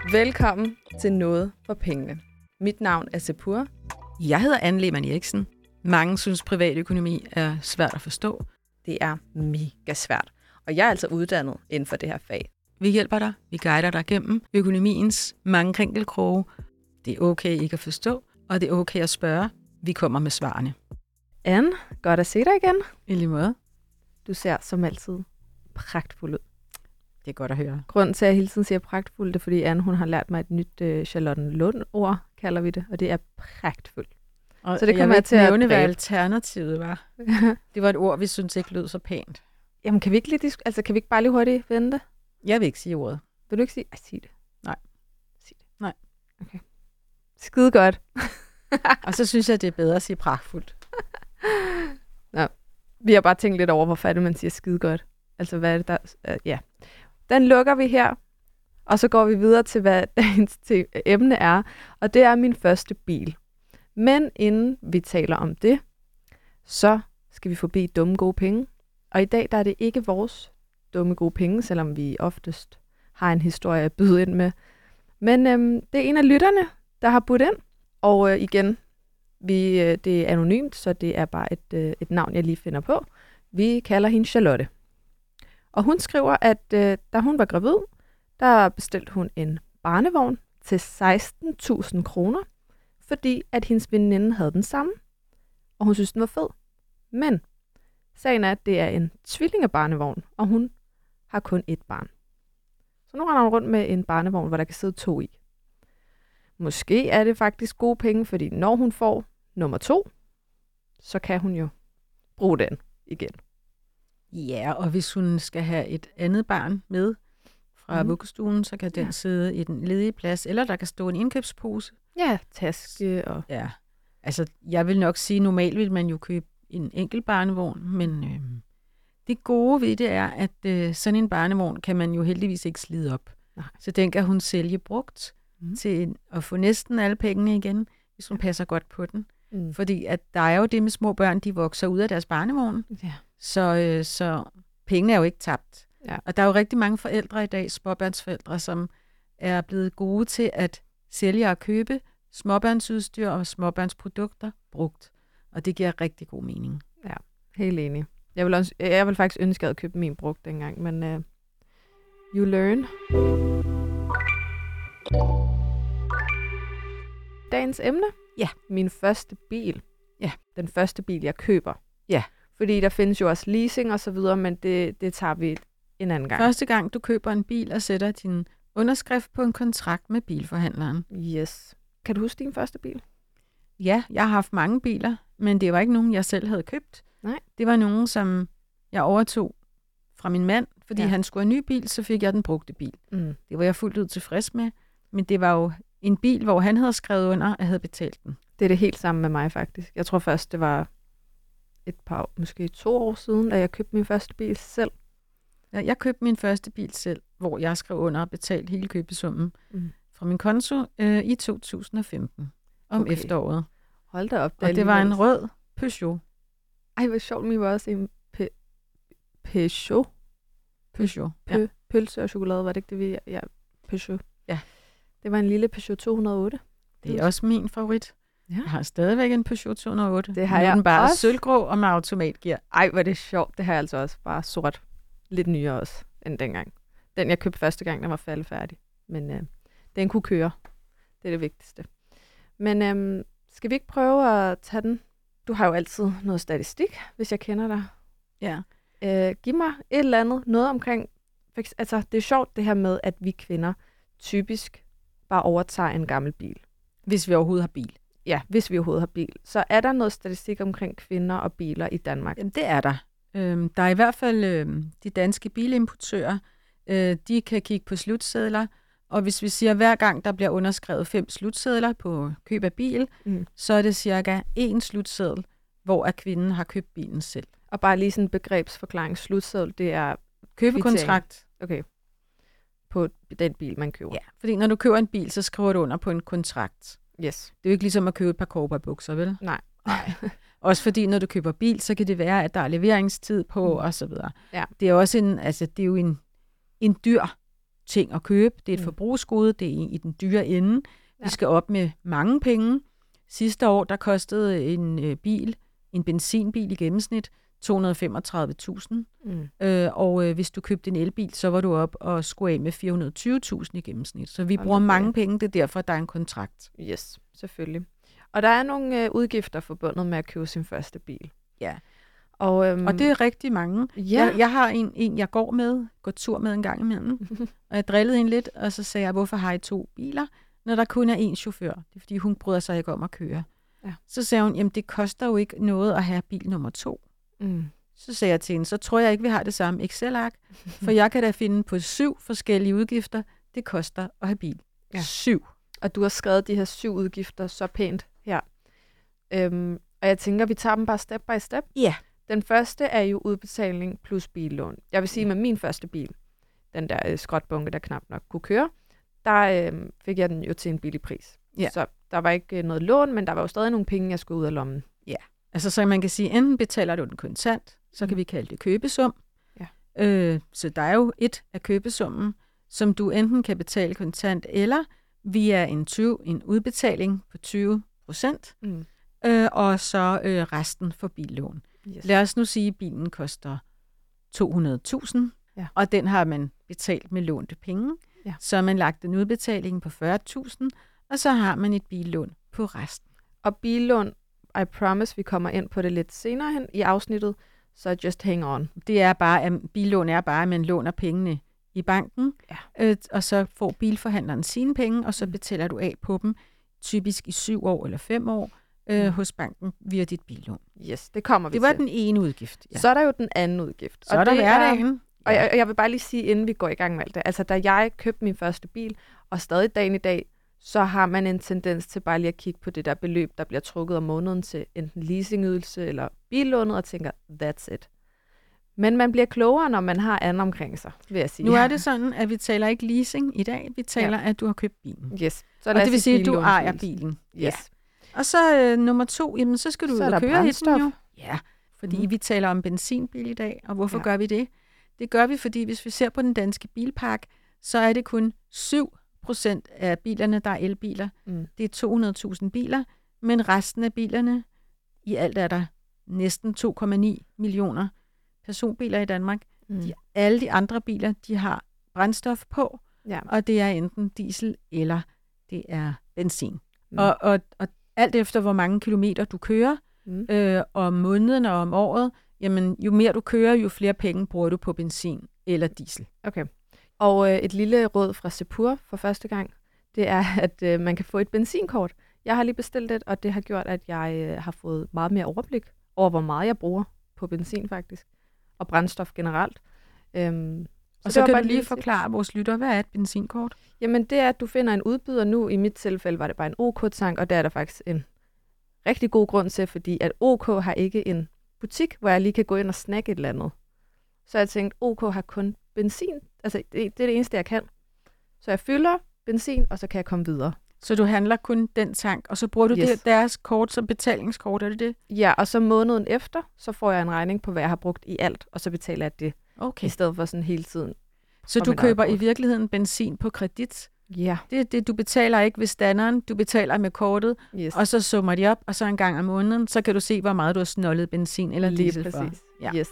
Velkommen til Noget for Pengene. Mit navn er Sepur. Jeg hedder Anne Lehmann Eriksen. Mange synes, privatøkonomi er svært at forstå. Det er mega svært, og jeg er altså uddannet inden for det her fag. Vi hjælper dig, vi guider dig gennem økonomiens mange krinkelkroge. Det er okay ikke at forstå, og det er okay at spørge. Vi kommer med svarene. Anne, godt at se dig igen. I lige måde. Du ser som altid pragtfuld ud. Det er godt at høre. Grunden til, at jeg hele tiden siger pragtfuld, det er, fordi Anne hun har lært mig et nyt Charlottenlund-ord, kalder vi det, og det er pragtfuld. Og så det kommer jeg til at nævne, hvad dræbe. alternativet var. Det var et ord, vi synes ikke lød så pænt. Jamen, kan vi ikke bare lige hurtigt vende det? Jeg vil ikke sige ordet. Vil du ikke sige? Sig det. Nej. Sig det. Nej. Okay. Skide godt. Og så synes jeg, det er bedre at sige pragtfuldt. Nå. Vi har bare tænkt lidt over, hvorfor er det, man siger skide godt. Altså, hvad er det, der... ja. Den lukker vi her, og så går vi videre til, hvad dagens emne er, og det er min første bil. Men inden vi taler om det, så skal vi forbi dumme gode penge. Og i dag der er det ikke vores dumme gode penge, selvom vi oftest har en historie at byde ind med. Men det er en af lytterne, der har budt ind. Og igen, det er anonymt, så det er bare et navn, jeg lige finder på. Vi kalder hende Charlotte. Og hun skriver, at da hun var gravid, der bestilte hun en barnevogn til 16.000 kroner, fordi at hendes veninde havde den samme, og hun synes, den var fed. Men sagen er, at det er en tvillingebarnevogn, og hun har kun ét barn. Så nu render hun rundt med en barnevogn, hvor der kan sidde 2 i. Måske er det faktisk gode penge, fordi når hun får nummer 2, så kan hun jo bruge den igen. Ja, og hvis hun skal have et andet barn med fra vuggestuen, så kan den sidde i den ledige plads, eller der kan stå en indkøbspose. Ja, taske og... Ja, altså jeg vil nok sige, normalt vil man jo købe en enkelt barnevogn, men det gode ved det er, at sådan en barnevogn kan man jo heldigvis ikke slide op. Nej. Så den kan hun sælge brugt til at få næsten alle pengene igen, hvis hun passer godt på den. Fordi at der er jo det med små børn, de vokser ud af deres barnevogn. Ja. Så pengene er jo ikke tabt. Ja. Og der er jo rigtig mange forældre i dag, småbørnsforældre, som er blevet gode til at sælge og købe småbørnsudstyr og småbørnsprodukter brugt. Og det giver rigtig god mening. Ja, helt enig. Jeg vil faktisk ønske, at jeg havde købt min brugt dengang, men you learn. Dagens emne? Ja. Min første bil. Ja. Den første bil, jeg køber. Ja. Fordi der findes jo også leasing og så videre, men det tager vi en anden gang. Første gang, du køber en bil og sætter din underskrift på en kontrakt med bilforhandleren. Yes. Kan du huske din første bil? Ja, jeg har haft mange biler, men det var ikke nogen, jeg selv havde købt. Nej. Det var nogen, som jeg overtog fra min mand, fordi han skulle have en ny bil, så fik jeg den brugte bil. Det var jeg fuldt ud tilfreds med, men det var jo en bil, hvor han havde skrevet under, og havde betalt den. Det er det helt samme med mig faktisk. Jeg tror først, det var måske 2 år siden, da jeg købte min første bil selv. Ja, jeg købte min første bil selv, hvor jeg skrev under og betalte hele købesummen fra min konto i 2015 om efteråret. Hold da op. Og det var en rød Peugeot. Ej, hvor sjovt, mi var også en Peugeot. Peugeot, Pølse og chokolade, var det ikke det, vi... Ja, Peugeot. Ja. Det var en lille Peugeot 208. Det er også min favorit. Ja. Jeg har stadigvæk en Peugeot 208. Det har jeg den bare også. Sølvgrå og med automatgear. Ej, hvor er det sjovt. Det har jeg altså også. Bare sort. Lidt nyere også end dengang. Den, jeg købte første gang, den var faldefærdig. Men den kunne køre. Det er det vigtigste. Men skal vi ikke prøve at tage den? Du har jo altid noget statistik, hvis jeg kender dig. Ja. Giv mig et eller andet. Noget omkring... Altså, det er sjovt det her med, at vi kvinder typisk bare overtager en gammel bil. Hvis vi overhovedet har bil. Ja, hvis vi overhovedet har bil. Så er der noget statistik omkring kvinder og biler i Danmark? Jamen, det er der. Der er i hvert fald de danske bilimportører. De kan kigge på slutsedler, og hvis vi siger, at hver gang der bliver underskrevet 5 slutsedler på køb af bil, så er det cirka 1 slutseddel, hvor at kvinden har købt bilen selv. Og bare lige sådan en begrebsforklaring. Slutseddel, det er købekontrakt. Okay. På den bil, man køber. Ja, fordi når du køber en bil, så skriver du under på en kontrakt. Yes. Det er jo ikke ligesom at købe et par cowboybukser, vel? Nej. Også fordi, når du køber bil, så kan det være, at der er leveringstid på, og så videre. Ja. Det er også det er jo en dyr ting at købe. Det er et forbrugsgode, det er i den dyre ende. Vi skal op med mange penge. Sidste år, der kostede en benzinbil i gennemsnit 235.000. Og hvis du købte en elbil, så var du op og skulle af med 420.000 i gennemsnit. Så vi bruger mange penge, det er derfor, der er en kontrakt. Yes, selvfølgelig. Og der er nogle udgifter forbundet med at købe sin første bil. Ja. Og det er rigtig mange. Ja. Jeg har en, jeg går tur med en gang imellem. Og jeg drillede hende lidt, og så sagde jeg, hvorfor har I 2 biler, når der kun er 1 chauffør? Det er, fordi hun bryder sig ikke om at køre. Ja. Så sagde hun, jamen det koster jo ikke noget at have bil nummer 2. Så sagde jeg til hende, så tror jeg ikke, vi har det samme Excel-ark, for jeg kan da finde på 7 forskellige udgifter, det koster at have bil. Ja. 7. Og du har skrevet de her 7 udgifter så pænt her. Og jeg tænker, vi tager dem bare step by step. Ja. Den første er jo udbetaling plus billån. Jeg vil sige, med min første bil, den der skrotbunke, der knap nok kunne køre, der fik jeg den jo til en billig pris. Ja. Så der var ikke noget lån, men der var jo stadig nogle penge, jeg skulle ud af lommen. Ja, altså så man kan sige, enten betaler du den kontant, så kan vi kalde det købesum. Ja. Så der er jo et af købesummen, som du enten kan betale kontant, eller via en udbetaling på 20%, og så resten for billån. Yes. Lad os nu sige, at bilen koster 200.000, og den har man betalt med lånte penge. Ja. Så har man lagt en udbetaling på 40.000, og så har man et billån på resten. Og billån, I promise, vi kommer ind på det lidt senere hen i afsnittet, så just hang on. Det er bare, billån er bare, at man låner pengene i banken, og så får bilforhandleren sine penge, og så betaler du af på dem, typisk i 7 år eller 5 år, hos banken via dit billån. Yes, det kommer vi til. Det var den ene udgift. Ja. Så er der jo den anden udgift. Så er der hverdagen. Og jeg vil bare lige sige, inden vi går i gang med alt det, altså da jeg købte min første bil, og stadig dagen i dag, så har man en tendens til bare lige at kigge på det der beløb, der bliver trukket om måneden til enten leasingydelse eller billånet, og tænker, that's it. Men man bliver klogere, når man har andet omkring sig, vil jeg sige. Nu er det sådan, at vi taler ikke leasing i dag, vi taler, at du har købt bilen. Yes. Så og det vil sige, at du ejer bilen. Yes. Ja. Og så nummer 2, jamen så skal du ud og køre brændstof. Jo. Ja, fordi vi taler om benzinbil i dag, og hvorfor gør vi det? Det gør vi, fordi hvis vi ser på den danske bilpark, så er det kun 7% af bilerne, der er elbiler. Det er 200.000 biler, men resten af bilerne, i alt er der næsten 2,9 millioner personbiler i Danmark. Alle de andre biler, de har brændstof på, og det er enten diesel eller det er benzin. Og alt efter, hvor mange kilometer du kører, om måneden og om året, jamen, jo mere du kører, jo flere penge bruger du på benzin eller diesel. Okay. Og et lille råd fra Sepur for første gang, det er, at man kan få et benzinkort. Jeg har lige bestilt det, og det har gjort, at jeg har fået meget mere overblik over, hvor meget jeg bruger på benzin faktisk, og brændstof generelt. Og så kan du lige forklare vores lytter, hvad er et benzinkort? Jamen det er, at du finder en udbyder nu. I mit tilfælde var det bare en OK-tank, og der er der faktisk en rigtig god grund til, fordi at OK har ikke en butik, hvor jeg lige kan gå ind og snakke et eller andet. Så jeg tænkte, OK har kun benzin. Altså det er det eneste, jeg kan. Så jeg fylder benzin, og så kan jeg komme videre. Så du handler kun den tank, og så bruger du deres kort som betalingskort, er det det? Ja, og så måneden efter, så får jeg en regning på, hvad jeg har brugt i alt, og så betaler jeg det. Okay. I stedet for sådan hele tiden. Så du køber i virkeligheden benzin på kredit? Ja. Det er det, du betaler ikke ved standeren, du betaler med kortet, og så summer de op, og så en gang om måneden, så kan du se, hvor meget du har snollet benzin eller diesel for. Ja. Yes.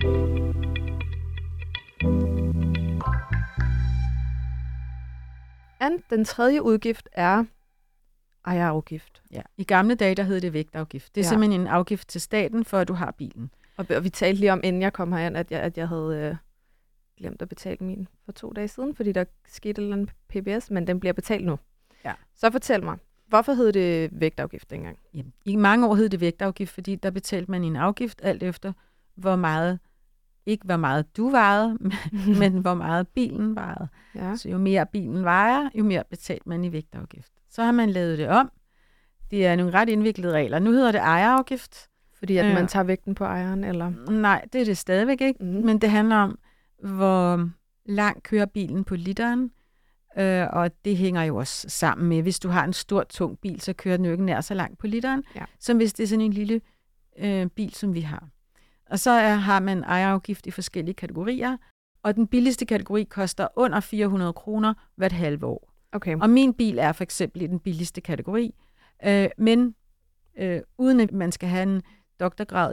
Den tredje udgift er ejerafgift. Ja. I gamle dage, der hed det vægtafgift. Det er simpelthen en afgift til staten, for at du har bilen. Og vi talte lige om, inden jeg kom herind, at jeg havde glemt at betale min for 2 dage siden, fordi der skete et eller andet PBS, men den bliver betalt nu. Ja. Så fortæl mig, hvorfor hed det vægtafgift dengang? Jamen, i mange år hed det vægtafgift, fordi der betalte man en afgift alt efter, hvor meget du vejede, men hvor meget bilen vejede. Ja. Så jo mere bilen vejer, jo mere betalte man i vægtafgift. Så har man lavet det om. Det er nogle ret indviklede regler. Nu hedder det ejerafgift. Fordi at man tager vægten på ejeren, eller? Nej, det er det stadigvæk ikke. Men det handler om, hvor langt kører bilen på literen. Og det hænger jo også sammen med, hvis du har en stor, tung bil, så kører den jo ikke nær så langt på literen, som hvis det er sådan en lille bil, som vi har. Og så har man ejerafgift i forskellige kategorier, og den billigste kategori koster under 400 kroner hvert halve år. Okay. Og min bil er for eksempel i den billigste kategori, men uden at man skal have en doktorgrad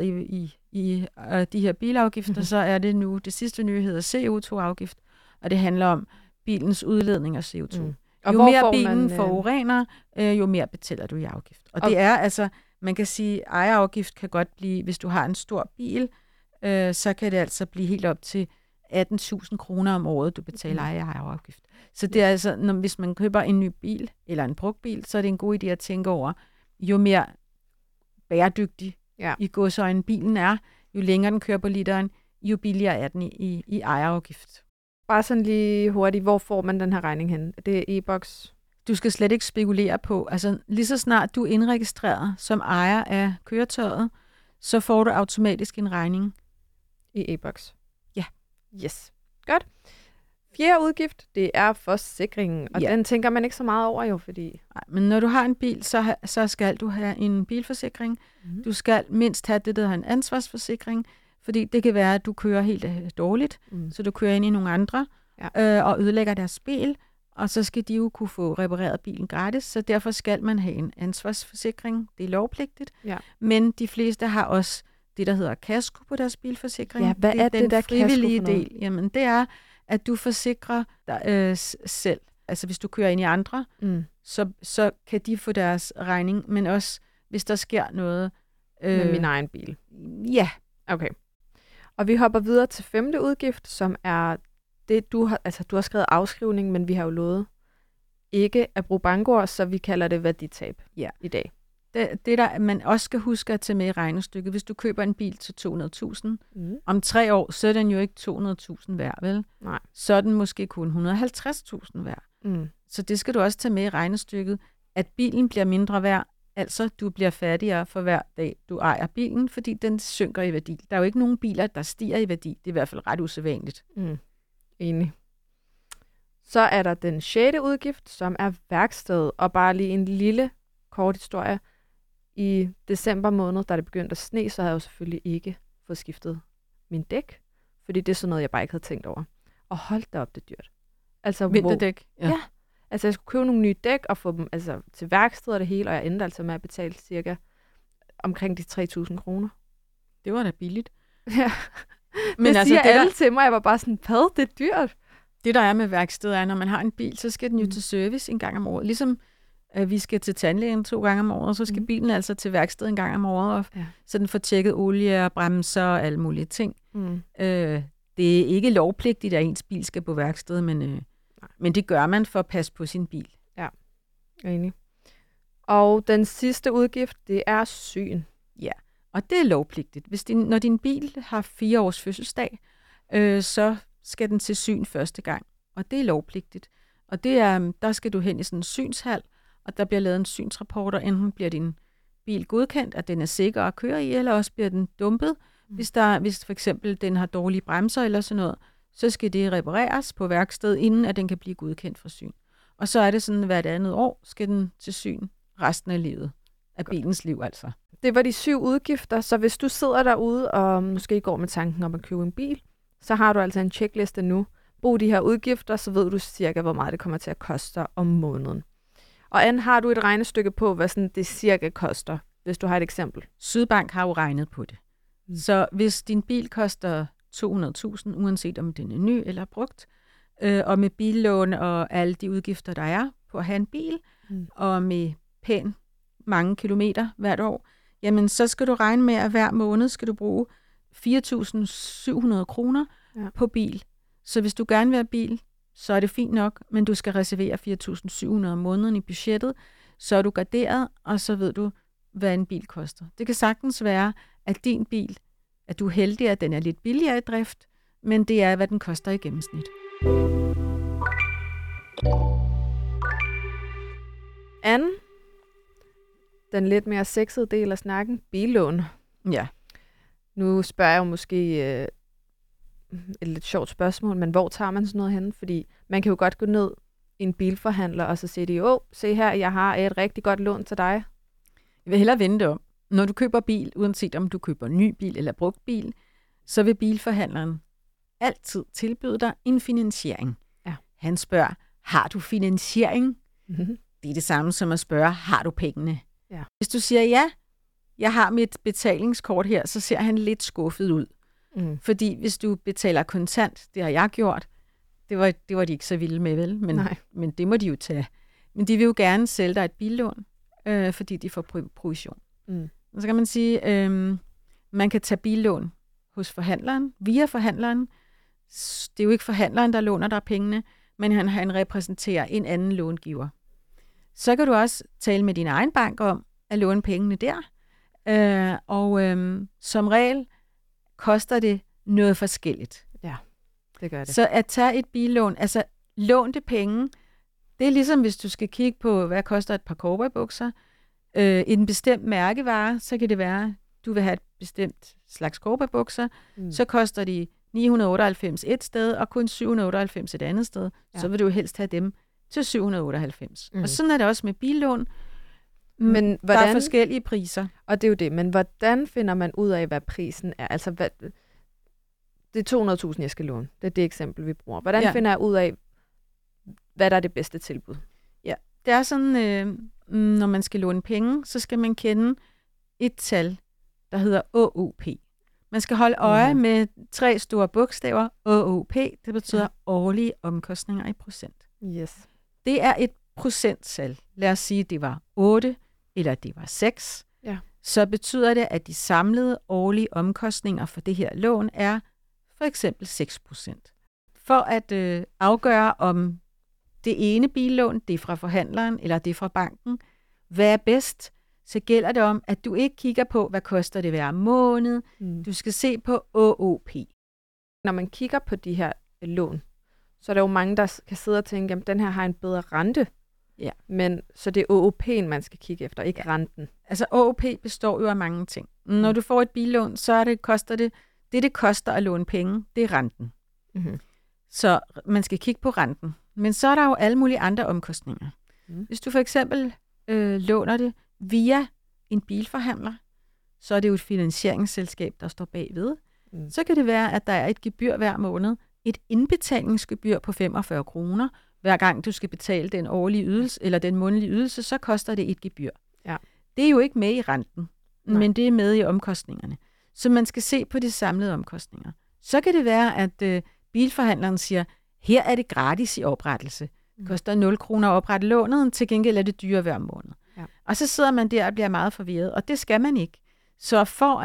i de her bilafgifter, så er det nu det sidste nye hedder CO2-afgift, og det handler om bilens udledning af CO2. Og jo hvor mere får bilen man, forurener, jo mere betaler du i afgift. Og det er altså, man kan sige, ejerafgift kan godt blive, hvis du har en stor bil, så kan det altså blive helt op til 18.000 kroner om året, du betaler ejerafgift. Så det er altså, hvis man køber en ny bil, eller en brugt bil, så er det en god idé at tænke over, jo mere bæredygtig i godsøjne bilen er, jo længere den kører på literen, jo billigere er den i ejerafgift. Bare sådan lige hurtigt, hvor får man den her regning hen? Det er e-boks? Du skal slet ikke spekulere på. Altså lige så snart du er indregistreret som ejer af køretøjet, så får du automatisk en regning. I e-boks? Ja. Yes. Godt. Fjerde udgift, det er forsikringen, og den tænker man ikke så meget over jo, fordi... Nej, men når du har en bil, så skal du have en bilforsikring. Du skal mindst have det, der hedder en ansvarsforsikring, fordi det kan være, at du kører helt dårligt, så du kører ind i nogle andre og ødelægger deres bil, og så skal de jo kunne få repareret bilen gratis, så derfor skal man have en ansvarsforsikring. Det er lovpligtigt, men de fleste har også det, der hedder kasko på deres bilforsikring. Ja, hvad er det, der frivillige del? Jamen, det er, at du forsikrer dig selv. Altså, hvis du kører ind i andre, så kan de få deres regning, men også, hvis der sker noget... med min egen bil? Ja. Okay. Og vi hopper videre til femte udgift, som er det, du har skrevet afskrivning, men vi har jo lovet ikke at bruge bankord, så vi kalder det værditab i dag. Det der man også skal huske at tage med i regnestykket, hvis du køber en bil til 200.000, om 3 år, så er den jo ikke 200.000 værd, vel? Nej. Så er den måske kun 150.000 værd. Så det skal du også tage med i regnestykket, at bilen bliver mindre værd, altså du bliver fattigere for hver dag, du ejer bilen, fordi den synker i værdi. Der er jo ikke nogen biler, der stiger i værdi. Det er i hvert fald ret usædvanligt. Enig. Så er der den 6. udgift, som er værksted, og bare lige en lille kort historie. I december måned, da det begyndte at sne, så havde jeg jo selvfølgelig ikke fået skiftet min dæk, fordi det er sådan noget, jeg bare ikke havde tænkt over. Og hold da op, det er dyrt. Altså, vinterdæk? Ja. Altså, jeg skulle købe nogle nye dæk og få dem til værksted og det hele, og jeg endte altså med at betale cirka omkring de 3.000 kroner. Det var da billigt. Ja. Men det siger alle til mig, jeg var bare sådan, hvad, det er dyrt. Det, der er med værkstedet, er, når man har en bil, så skal den jo til service en gang om året. Ligesom vi skal til tandlægen 2 gange om året, så skal bilen altså til værkstedet en gang om året, så den får tjekket olie og bremser og alle mulige ting. Det er ikke lovpligtigt, at ens bil skal på værkstedet, men det gør man for at passe på sin bil. Ja, enig. Og den sidste udgift, det er syn. Ja, og det er lovpligtigt. Når din bil har 4 års fødselsdag, så skal den til syn første gang, og det er lovpligtigt. Og det er, der skal du hen i sådan en synshal, og der bliver lavet en synsrapport, og enten bliver din bil godkendt, at den er sikker at køre i, eller også bliver den dumpet. Hvis for eksempel den har dårlige bremser eller sådan noget, så skal det repareres på værksted, inden at den kan blive godkendt for syn. Og så er det sådan, hvert andet år skal den til syn resten af livet, af bilens liv altså. Det var de 7 udgifter, så hvis du sidder derude og måske går med tanken om at købe en bil, så har du altså en checkliste nu. Brug de her udgifter, så ved du cirka, hvor meget det kommer til at koste om måneden. Og Anne, har du et regnestykke på, hvad sådan det cirka koster, hvis du har et eksempel? Sydbank har jo regnet på det. Så hvis din bil koster 200.000, uanset om den er ny eller brugt, og med billån og alle de udgifter, der er på at have en bil, og med pænt mange kilometer hvert år, jamen så skal du regne med, at hver måned skal du bruge 4.700 kroner på bil. Så hvis du gerne vil have bil, så er det fint nok, men du skal reservere 4.700 om måneden i budgettet, så er du garderet, og så ved du, hvad en bil koster. Det kan sagtens være, at din bil, at du er heldig, at den er lidt billigere i drift, men det er, hvad den koster i gennemsnit. Anne, den lidt mere sexede del af snakken, billån. Ja. Nu spørger jeg jo måske et lidt sjovt spørgsmål, men hvor tager man sådan noget henne? Fordi man kan jo godt gå ned i en bilforhandler, og så siger de, se her, jeg har et rigtig godt lån til dig. Jeg vil hellere vente om. Når du køber bil, uanset om du køber ny bil eller brugt bil, så vil bilforhandleren altid tilbyde dig en finansiering. Ja. Han spørger, har du finansiering? Mm-hmm. Det er det samme som at spørge, har du pengene? Ja. Hvis du siger, ja, jeg har mit betalingskort her, så ser han lidt skuffet ud. Mm. Fordi hvis du betaler kontant, det har jeg gjort, det var de ikke så vilde med, vel? Men det må de jo tage. Men de vil jo gerne sælge dig et billån, fordi de får provision. Mm. Og så kan man sige, man kan tage billån hos forhandleren, via forhandleren. Det er jo ikke forhandleren, der låner dig pengene, men han repræsenterer en anden långiver. Så kan du også tale med din egen bank om at låne pengene der. Som regel koster det noget forskelligt. Ja, det gør det. Så at tage et billån, altså lånte penge, det er ligesom hvis du skal kigge på, hvad koster et par cowboybukser. I en bestemt mærkevare, så kan det være, du vil have et bestemt slags cowboybukser, så koster de 998 et sted, og kun 798 et andet sted. Ja. Så vil du jo helst have dem til 798. Og sådan er det også med billån. Men der er forskellige priser. Og det er jo det, men hvordan finder man ud af, hvad prisen er? Altså, det er 200.000, jeg skal låne. Det er det eksempel, vi bruger. Hvordan finder jeg ud af, hvad der er det bedste tilbud? Ja, det er sådan, når man skal låne penge, så skal man kende et tal, der hedder OOP. Man skal holde øje med 3 store bogstaver. OOP, det betyder årlige omkostninger i procent. Yes. Det er et procenttal. Lad os sige, det var 8, eller det var 6. Ja. Så betyder det, at de samlede årlige omkostninger for det her lån er for eksempel 6%. For at afgøre, om det ene billån, det er fra forhandleren, eller det er fra banken, hvad er bedst, så gælder det om, at du ikke kigger på, hvad koster det hver måned. Du skal se på OOP. Når man kigger på de her lån, så er der jo mange, der kan sidde og tænke, at den her har en bedre rente. Ja. Men så det er OOP'en, man skal kigge efter, ikke renten. Altså OOP består jo af mange ting. Når du får et billån, så koster det koster at låne penge, det er renten. Mm-hmm. Så man skal kigge på renten. Men så er der jo alle mulige andre omkostninger. Hvis du for eksempel låner det via en bilforhandler, så er det jo et finansieringsselskab, der står bagved. Så kan det være, at der er et gebyr hver måned, et indbetalingsgebyr på 45 kroner. Hver gang du skal betale den årlige ydelse, eller den månedlige ydelse, så koster det et gebyr. Ja. Det er jo ikke med i renten, men det er med i omkostningerne. Så man skal se på de samlede omkostninger. Så kan det være, at bilforhandleren siger, her er det gratis i oprettelse. Det koster 0 kroner at oprette lånet, til gengæld er det dyre hver måned. Ja. Og så sidder man der og bliver meget forvirret, og det skal man ikke. Så for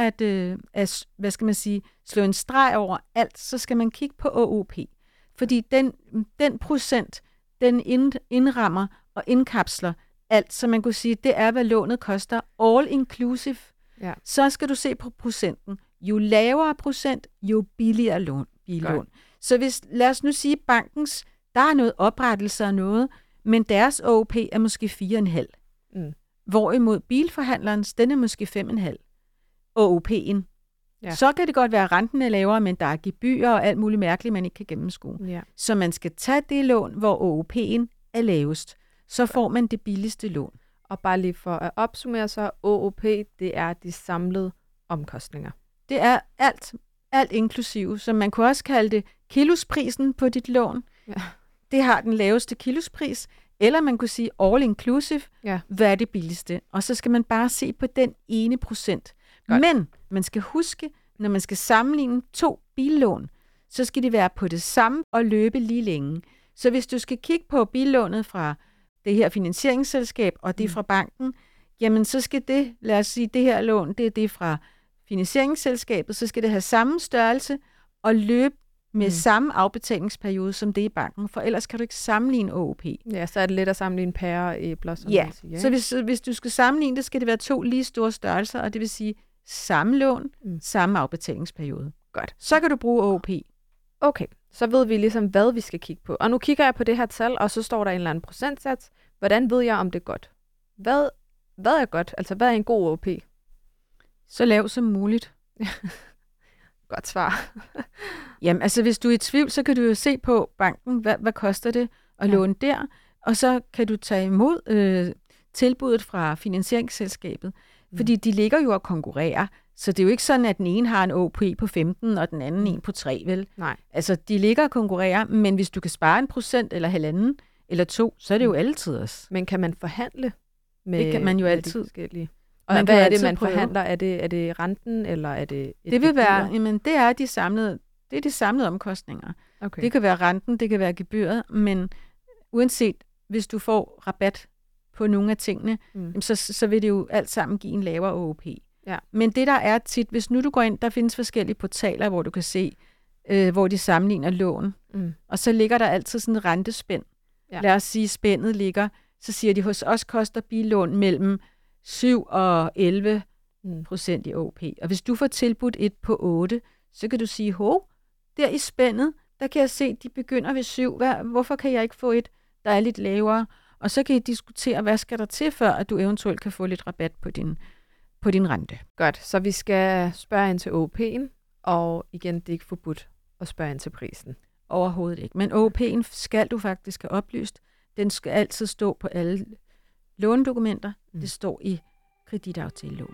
at hvad skal man sige, slå en streg over alt, så skal man kigge på OOP. Fordi den procent, den indrammer og indkapsler alt, så man kunne sige, det er, hvad lånet koster, all inclusive. Ja. Så skal du se på procenten. Jo lavere procent, jo billigere billån. Så lad os nu sige, bankens, der er noget oprettelse og noget, men deres OOP er måske 4,5. Hvorimod bilforhandlerens, den er måske 5,5. OOP'en. Ja. Så kan det godt være, at renten er lavere, men der er gebyrer og alt muligt mærkeligt, man ikke kan gennemskue. Ja. Så man skal tage det lån, hvor OOP'en er lavest. Så får man det billigste lån. Og bare lige for at opsummere så, OOP, det er de samlede omkostninger. Det er alt inklusive, så man kunne også kalde det kilosprisen på dit lån. Ja. Det har den laveste kilospris, eller man kunne sige all inclusive, hvad er det billigste. Og så skal man bare se på den ene procent. Godt. Men man skal huske, når man skal sammenligne 2 billån, så skal det være på det samme og løbe lige længe. Så hvis du skal kigge på billånet fra det her finansieringsselskab, og det fra banken, jamen så skal det, lad os sige, det her lån, det er det fra finansieringsselskabet, så skal det have samme størrelse og løbe med samme afbetalingsperiode som det i banken, for ellers kan du ikke sammenligne OOP. Ja, så er det let at sammenligne pærer og æbler, som man siger. Så hvis du skal sammenligne det, skal det være 2 lige store størrelser, og det vil sige samme lån, samme afbetalingsperiode. Godt. Så kan du bruge OOP. Okay, så ved vi ligesom, hvad vi skal kigge på. Og nu kigger jeg på det her tal, og så står der en eller anden procentsats. Hvordan ved jeg, om det er godt? Hvad er godt? Altså, hvad er en god OOP? Så lav som muligt. Godt svar. Jamen, altså hvis du er i tvivl, så kan du jo se på banken, hvad koster det at låne der, og så kan du tage imod tilbuddet fra finansieringsselskabet, fordi de ligger jo og konkurrerer. Så det er jo ikke sådan, at den ene har en OP på 15, og den anden en på 3, vel? Nej. Altså, de ligger og konkurrerer, men hvis du kan spare 1% eller 1,5 eller 2, så er det jo altid også. Men kan man forhandle med, det kan man jo med altid. de forskellige? Og hvad er det, man forhandler? Er det renten, eller er det et det vil være, jamen, det er de samlede omkostninger. Okay. Det kan være renten, det kan være gebyret, men uanset, hvis du får rabat på nogle af tingene, så vil det jo alt sammen give en lavere OP. Ja. Men det der er tit, hvis nu du går ind, der findes forskellige portaler, hvor du kan se, hvor de sammenligner lån, og så ligger der altid sådan en rentespænd. Ja. Lad os sige, spændet ligger, så siger de, hos os koster billån mellem 7 og 11% i OP. Og hvis du får tilbudt et på 8, så kan du sige, der i spændet, der kan jeg se, de begynder ved 7. Hvorfor kan jeg ikke få et, der er lidt lavere? Og så kan I diskutere, hvad skal der til, før at du eventuelt kan få lidt rabat på din rente. Godt, så vi skal spørge ind til OP'en, og igen, det er ikke forbudt at spørge ind til prisen. Overhovedet ikke. Men OP'en skal du faktisk have oplyst. Den skal altid stå på alle lånedokumenter. Det står i kreditaftaleloven.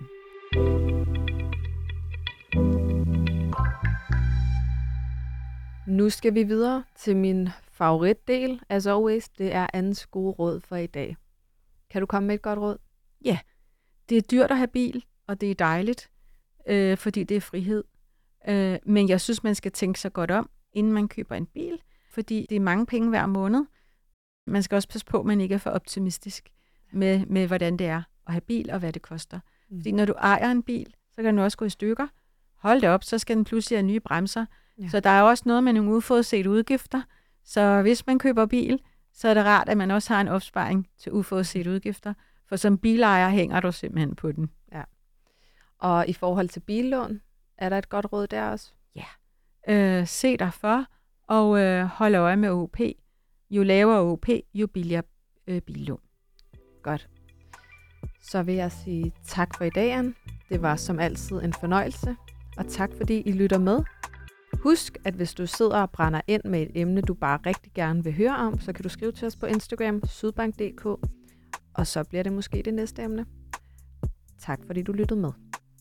Nu skal vi videre til min favoritdel, as always. Det er Annes gode råd for i dag. Kan du komme med et godt råd? Ja, det er dyrt at have bil, og det er dejligt, fordi det er frihed. Men jeg synes, man skal tænke sig godt om, inden man køber en bil, fordi det er mange penge hver måned. Man skal også passe på, at man ikke er for optimistisk med hvordan det er at have bil, og hvad det koster. Fordi når du ejer en bil, så kan den også gå i stykker. Hold det op, så skal den pludselig have nye bremser. Ja. Så der er også noget med nogle uforudsete udgifter. Så hvis man køber bil, så er det rart, at man også har en opsparing til uforudsete udgifter. For som bilejer hænger du simpelthen på den. Ja. Og i forhold til billån, er der et godt råd der også? Ja. Se dig for, og hold øje med OP. Jo lavere OP, jo billigere billån. Godt. Så vil jeg sige tak for i dag, Anne. Det var som altid en fornøjelse. Og tak fordi I lytter med. Husk, at hvis du sidder og brænder ind med et emne, du bare rigtig gerne vil høre om, så kan du skrive til os på Instagram, sydbank.dk, og så bliver det måske det næste emne. Tak fordi du lyttede med.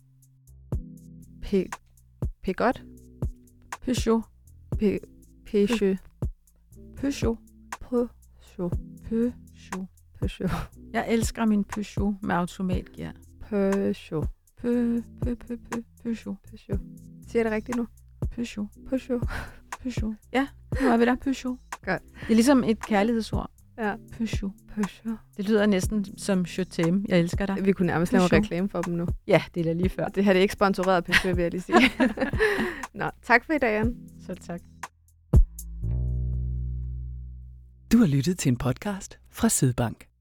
Godt? Peugeot. Peugeot. Peugeot. Peugeot. Jeg elsker min Peugeot med automatgear. Peugeot. Peugeot. Siger jeg det rigtigt nu? Peugeot. Ja, nu er vi der. Peugeot. Godt. Det er ligesom et kærlighedsord. Ja. Peugeot. Det lyder næsten som je t'aime. Jeg elsker dig. Vi kunne nærmest lave reklame for dem nu. Ja, det er da lige før. Det her det er ikke sponsoreret Peugeot, vil jeg lige sige. Nå, tak for i dag, Anne. Så tak. Du har lyttet til en podcast fra Sydbank.